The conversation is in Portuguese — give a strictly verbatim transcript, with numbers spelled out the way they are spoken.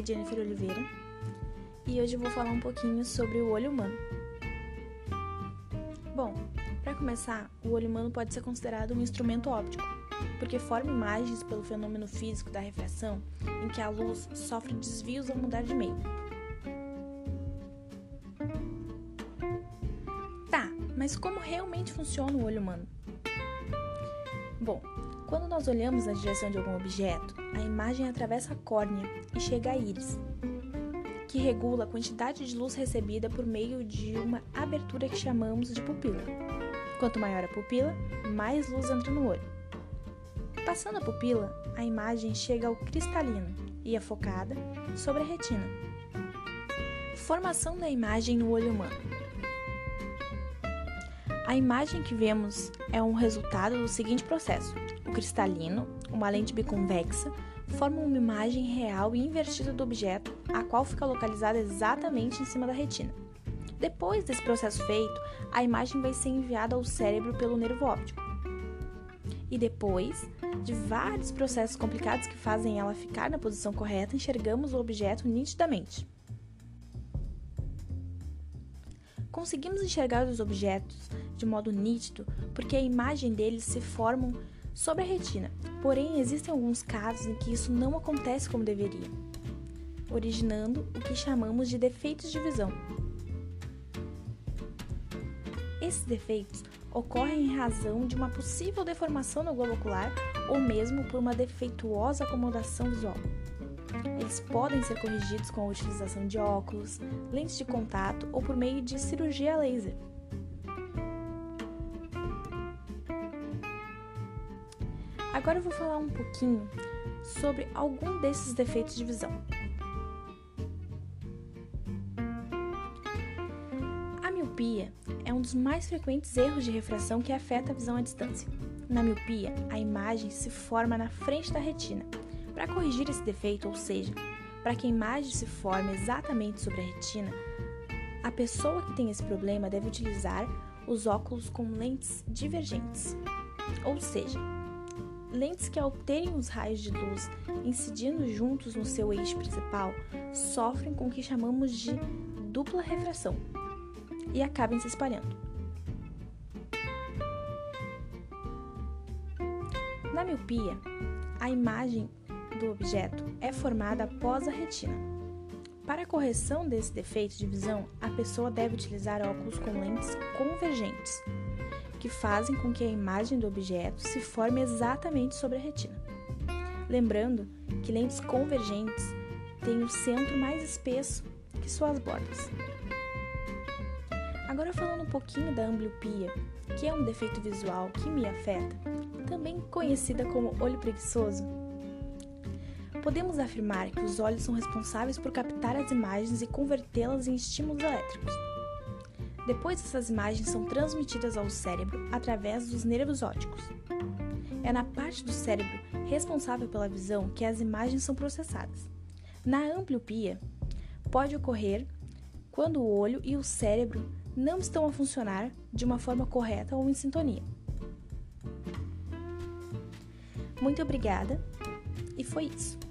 Jennifer Oliveira e hoje eu vou falar um pouquinho sobre o olho humano. Bom, para começar, o olho humano pode ser considerado um instrumento óptico, porque forma imagens pelo fenômeno físico da refração, em que a luz sofre desvios ao mudar de meio. Tá, mas como realmente funciona o olho humano? Bom, quando nós olhamos na direção de algum objeto, a imagem atravessa a córnea e chega à íris, que regula a quantidade de luz recebida por meio de uma abertura que chamamos de pupila. Quanto maior a pupila, mais luz entra no olho. Passando a pupila, a imagem chega ao cristalino e é focada sobre a retina. Formação da imagem no olho humano. A imagem que vemos é um resultado do seguinte processo. O cristalino, uma lente biconvexa, forma uma imagem real e invertida do objeto, a qual fica localizada exatamente em cima da retina. Depois desse processo feito, a imagem vai ser enviada ao cérebro pelo nervo óptico. E depois de vários processos complicados que fazem ela ficar na posição correta, enxergamos o objeto nitidamente. Conseguimos enxergar os objetos de modo nítido porque a imagem deles se formam sobre a retina, porém existem alguns casos em que isso não acontece como deveria, originando o que chamamos de defeitos de visão. Esses defeitos ocorrem em razão de uma possível deformação no globo ocular ou mesmo por uma defeituosa acomodação visual. Eles podem ser corrigidos com a utilização de óculos, lentes de contato ou por meio de cirurgia laser. Agora eu vou falar um pouquinho sobre algum desses defeitos de visão. A miopia é um dos mais frequentes erros de refração que afeta a visão à distância. Na miopia, a imagem se forma na frente da retina. Para corrigir esse defeito, ou seja, para que a imagem se forme exatamente sobre a retina, a pessoa que tem esse problema deve utilizar os óculos com lentes divergentes, ou seja, lentes que, ao terem os raios de luz incidindo juntos no seu eixo principal, sofrem com o que chamamos de dupla refração e acabem se espalhando. Na miopia, a imagem do objeto é formada após a retina. Para a correção desse defeito de visão, a pessoa deve utilizar óculos com lentes convergentes, que fazem com que a imagem do objeto se forme exatamente sobre a retina. Lembrando que lentes convergentes têm o centro mais espesso que suas bordas. Agora falando um pouquinho da ambliopia, que é um defeito visual que me afeta, também conhecida como olho preguiçoso, podemos afirmar que os olhos são responsáveis por captar as imagens e convertê-las em estímulos elétricos. Depois, essas imagens são transmitidas ao cérebro através dos nervos ópticos. É na parte do cérebro responsável pela visão que as imagens são processadas. Na ambliopia, pode ocorrer quando o olho e o cérebro não estão a funcionar de uma forma correta ou em sintonia. Muito obrigada, e foi isso.